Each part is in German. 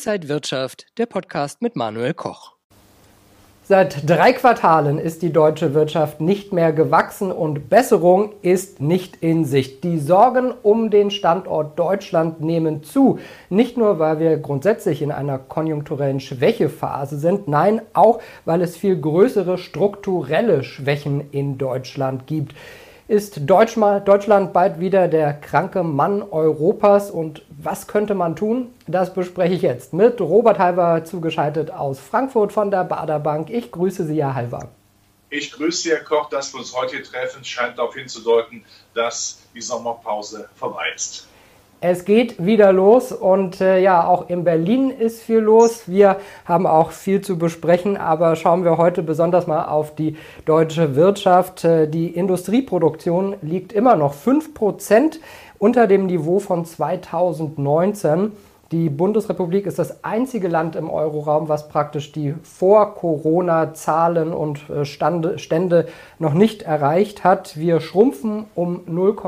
Inside Wirtschaft, der Podcast mit Manuel Koch. Seit 3 Quartalen ist die deutsche Wirtschaft nicht mehr gewachsen und Besserung ist nicht in Sicht. Die Sorgen um den Standort Deutschland nehmen zu. Nicht nur, weil wir grundsätzlich in einer konjunkturellen Schwächephase sind, nein, auch weil es viel größere strukturelle Schwächen in Deutschland gibt. Ist Deutschland bald wieder der kranke Mann Europas und was könnte man tun? Das bespreche ich jetzt mit Robert Halver, zugeschaltet aus Frankfurt von der Baader Bank. Ich grüße Sie, Herr Halver. Ich grüße Sie, Herr Koch. Dass wir uns heute hier treffen, scheint darauf hinzudeuten, dass die Sommerpause vorbei ist. Es geht wieder los und auch in Berlin ist viel los. Wir haben auch viel zu besprechen, aber schauen wir heute besonders mal auf die deutsche Wirtschaft. Die Industrieproduktion liegt immer noch 5% unter dem Niveau von 2019. Die Bundesrepublik ist das einzige Land im Euroraum, was praktisch die Vor-Corona-Zahlen und Stände noch nicht erreicht hat. Wir schrumpfen um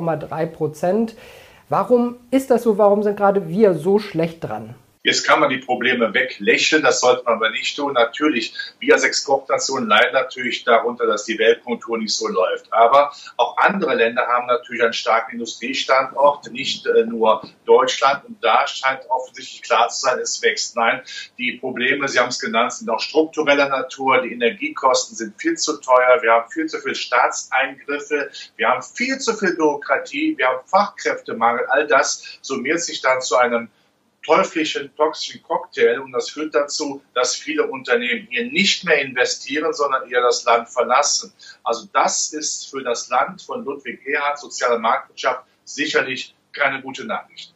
0,3%. Warum ist das so? Warum sind gerade wir so schlecht dran? Jetzt kann man die Probleme weglächeln, das sollte man aber nicht tun. Natürlich, wir als Exportnation leiden natürlich darunter, dass die Weltkonjunktur nicht so läuft. Aber auch andere Länder haben natürlich einen starken Industriestandort, nicht nur Deutschland. Und da scheint offensichtlich klar zu sein, es wächst. Nein, die Probleme, Sie haben es genannt, sind auch struktureller Natur. Die Energiekosten sind viel zu teuer. Wir haben viel zu viel Staatseingriffe. Wir haben viel zu viel Bürokratie. Wir haben Fachkräftemangel. All das summiert sich dann zu einem teuflischen, toxischen Cocktail und das führt dazu, dass viele Unternehmen hier nicht mehr investieren, sondern eher das Land verlassen. Also das ist für das Land von Ludwig Erhard, soziale Marktwirtschaft, sicherlich keine gute Nachricht.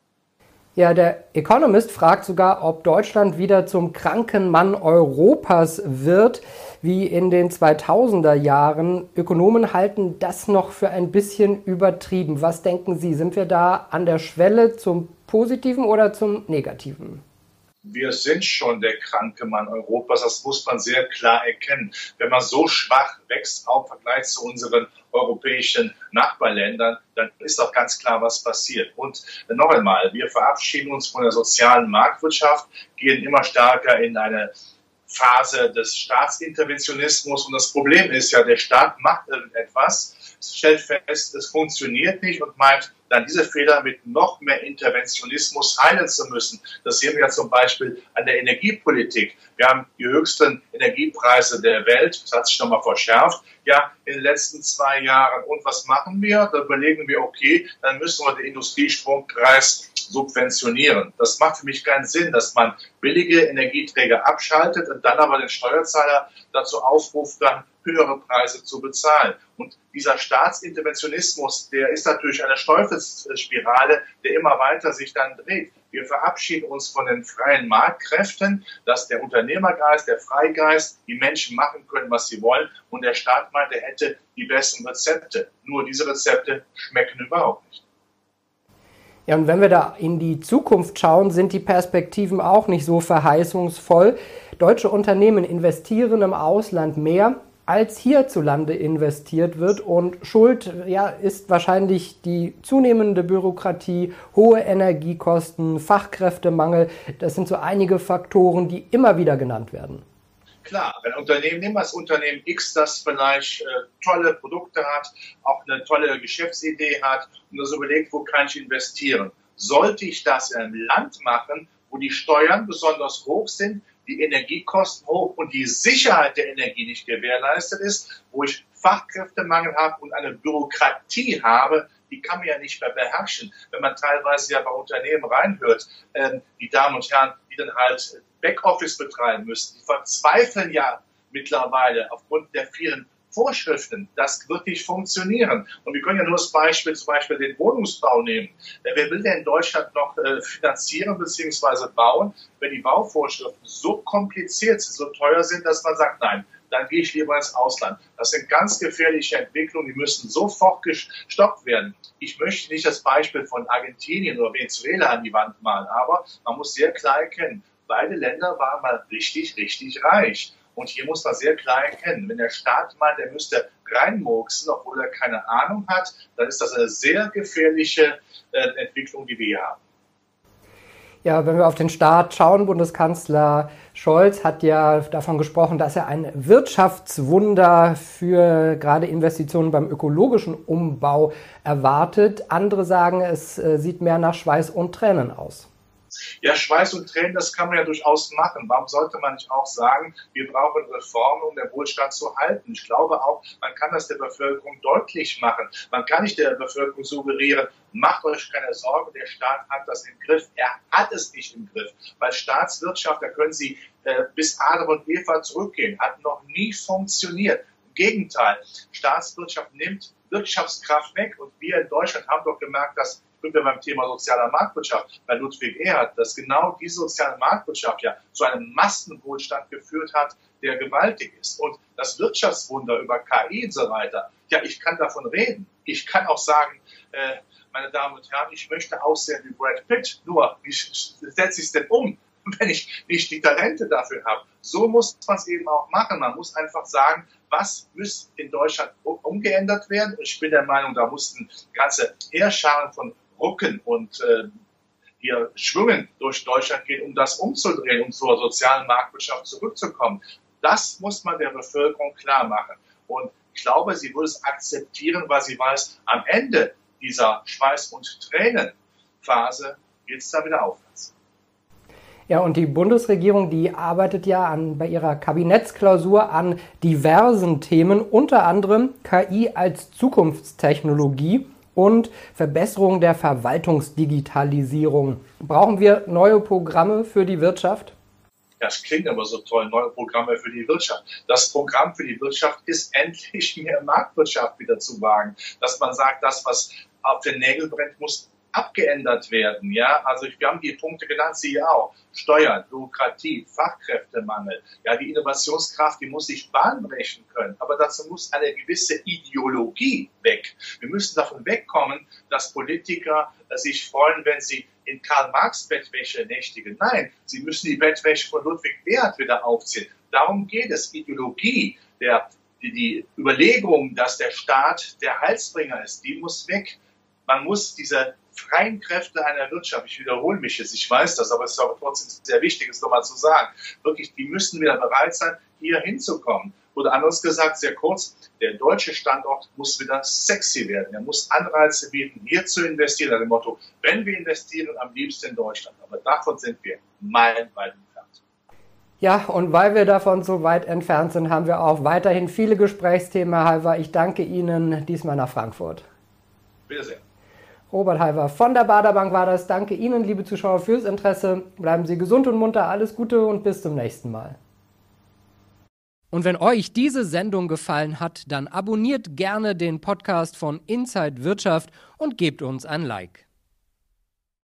Ja, der Economist fragt sogar, ob Deutschland wieder zum kranken Mann Europas wird, wie in den 2000er Jahren. Ökonomen halten das noch für ein bisschen übertrieben. Was denken Sie? Sind wir da an der Schwelle zum Positiven oder zum Negativen? Wir sind schon der kranke Mann Europas, das muss man sehr klar erkennen. Wenn man so schwach wächst, auch im Vergleich zu unseren europäischen Nachbarländern, dann ist doch ganz klar, was passiert. Und noch einmal, wir verabschieden uns von der sozialen Marktwirtschaft, gehen immer stärker in eine Phase des Staatsinterventionismus. Und das Problem ist ja, der Staat macht irgendetwas, stellt fest, es funktioniert nicht und meint, dann diese Fehler mit noch mehr Interventionismus heilen zu müssen. Das sehen wir ja zum Beispiel an der Energiepolitik. Wir haben die höchsten Energiepreise der Welt, das hat sich nochmal verschärft, ja, in den letzten 2 Jahren. Und was machen wir? Da überlegen wir, okay, dann müssen wir den Industriestrompreis subventionieren. Das macht für mich keinen Sinn, dass man billige Energieträger abschaltet und dann aber den Steuerzahler dazu aufruft, dann höhere Preise zu bezahlen. Und dieser Staatsinterventionismus, der ist natürlich eine Teufelsspirale, der immer weiter sich dann dreht. Wir verabschieden uns von den freien Marktkräften, dass der Unternehmergeist, der Freigeist, die Menschen machen können, was sie wollen. Und der Staat meint, er hätte die besten Rezepte. Nur diese Rezepte schmecken überhaupt nicht. Ja, und wenn wir da in die Zukunft schauen, sind die Perspektiven auch nicht so verheißungsvoll. Deutsche Unternehmen investieren im Ausland mehr, als hierzulande investiert wird. Und Schuld ist wahrscheinlich die zunehmende Bürokratie, hohe Energiekosten, Fachkräftemangel. Das sind so einige Faktoren, die immer wieder genannt werden. Klar, wenn Unternehmen, nehmen wir das Unternehmen X, das vielleicht tolle Produkte hat, auch eine tolle Geschäftsidee hat und das überlegt, wo kann ich investieren? Sollte ich das in einem Land machen, wo die Steuern besonders hoch sind, die Energiekosten hoch und die Sicherheit der Energie nicht gewährleistet ist, wo ich Fachkräftemangel habe und eine Bürokratie habe, die kann man ja nicht mehr beherrschen. Wenn man teilweise ja bei Unternehmen reinhört, die Damen und Herren, die dann halt Backoffice betreiben müssen, die verzweifeln ja mittlerweile aufgrund der vielen Vorschriften. Das wird nicht funktionieren. Und wir können ja nur das Beispiel, zum Beispiel den Wohnungsbau nehmen. Wer will denn in Deutschland noch finanzieren bzw. bauen, wenn die Bauvorschriften so kompliziert sind, so teuer sind, dass man sagt, nein, dann gehe ich lieber ins Ausland. Das sind ganz gefährliche Entwicklungen, die müssen sofort gestoppt werden. Ich möchte nicht das Beispiel von Argentinien oder Venezuela an die Wand malen, aber man muss sehr klar erkennen, beide Länder waren mal richtig, richtig reich. Und hier muss man sehr klar erkennen, wenn der Staat meint, er müsste reinmurksen, obwohl er keine Ahnung hat, dann ist das eine sehr gefährliche Entwicklung, die wir hier haben. Ja, wenn wir auf den Staat schauen, Bundeskanzler Scholz hat ja davon gesprochen, dass er ein Wirtschaftswunder für gerade Investitionen beim ökologischen Umbau erwartet. Andere sagen, es sieht mehr nach Schweiß und Tränen aus. Ja, Schweiß und Tränen, das kann man ja durchaus machen. Warum sollte man nicht auch sagen, wir brauchen Reformen, um den Wohlstand zu halten? Ich glaube auch, man kann das der Bevölkerung deutlich machen. Man kann nicht der Bevölkerung suggerieren, macht euch keine Sorgen, der Staat hat das im Griff. Er hat es nicht im Griff, weil Staatswirtschaft, da können Sie bis Adam und Eva zurückgehen, hat noch nie funktioniert. Im Gegenteil, Staatswirtschaft nimmt Wirtschaftskraft weg und wir in Deutschland haben doch gemerkt, dass sind wir beim Thema sozialer Marktwirtschaft bei Ludwig Erhard, dass genau diese soziale Marktwirtschaft ja zu einem Massenwohlstand geführt hat, der gewaltig ist. Und das Wirtschaftswunder über KI und so weiter, ja, ich kann davon reden. Ich kann auch sagen, meine Damen und Herren, ich möchte aussehen wie Brad Pitt. Nur, wie setze ich es denn um, wenn ich nicht die Talente dafür habe? So muss man es eben auch machen. Man muss einfach sagen, was muss in Deutschland umgeändert werden? Und ich bin der Meinung, da mussten ganze Heerscharen von Rucken und hier Schwüngen durch Deutschland gehen, um das umzudrehen, um zur sozialen Marktwirtschaft zurückzukommen. Das muss man der Bevölkerung klar machen. Und ich glaube, sie würde es akzeptieren, weil sie weiß, am Ende dieser Schweiß- und Tränenphase geht es dann wieder aufwärts. Ja, und die Bundesregierung, die arbeitet ja bei ihrer Kabinettsklausur an diversen Themen, unter anderem KI als Zukunftstechnologie und Verbesserung der Verwaltungsdigitalisierung. Brauchen wir neue Programme für die Wirtschaft? Das klingt aber so toll, neue Programme für die Wirtschaft. Das Programm für die Wirtschaft ist endlich mehr Marktwirtschaft wieder zu wagen. Dass man sagt, das, was auf den Nägeln brennt, muss abgeändert werden. Ja, also wir haben die Punkte genannt, Sie ja auch. Steuern, Bürokratie, Fachkräftemangel. Ja, die Innovationskraft, die muss sich Bahn brechen können. Aber dazu muss eine gewisse Ideologie weg. Wir müssen davon wegkommen, dass Politiker sich freuen, wenn sie in Karl-Marx-Bettwäsche nächtigen. Nein, sie müssen die Bettwäsche von Ludwig Erhard wieder aufziehen. Darum geht es. Ideologie, die Überlegung, dass der Staat der Heilsbringer ist, die muss weg. Man muss diese freien Kräfte einer Wirtschaft, ich wiederhole mich jetzt, ich weiß das, aber es ist aber trotzdem sehr wichtig, es nochmal zu sagen, wirklich, die müssen wieder bereit sein, hier hinzukommen. Oder anders gesagt, sehr kurz, der deutsche Standort muss wieder sexy werden. Er muss Anreize bieten, hier zu investieren, nach dem Motto, wenn wir investieren, am liebsten in Deutschland. Aber davon sind wir meilenweit entfernt. Ja, und weil wir davon so weit entfernt sind, haben wir auch weiterhin viele Gesprächsthemen, Herr Halver. Ich danke Ihnen diesmal nach Frankfurt. Bitte sehr. Robert Halver von der Baderbank war das. Danke Ihnen, liebe Zuschauer, fürs Interesse. Bleiben Sie gesund und munter. Alles Gute und bis zum nächsten Mal. Und wenn euch diese Sendung gefallen hat, dann abonniert gerne den Podcast von Inside Wirtschaft und gebt uns ein Like.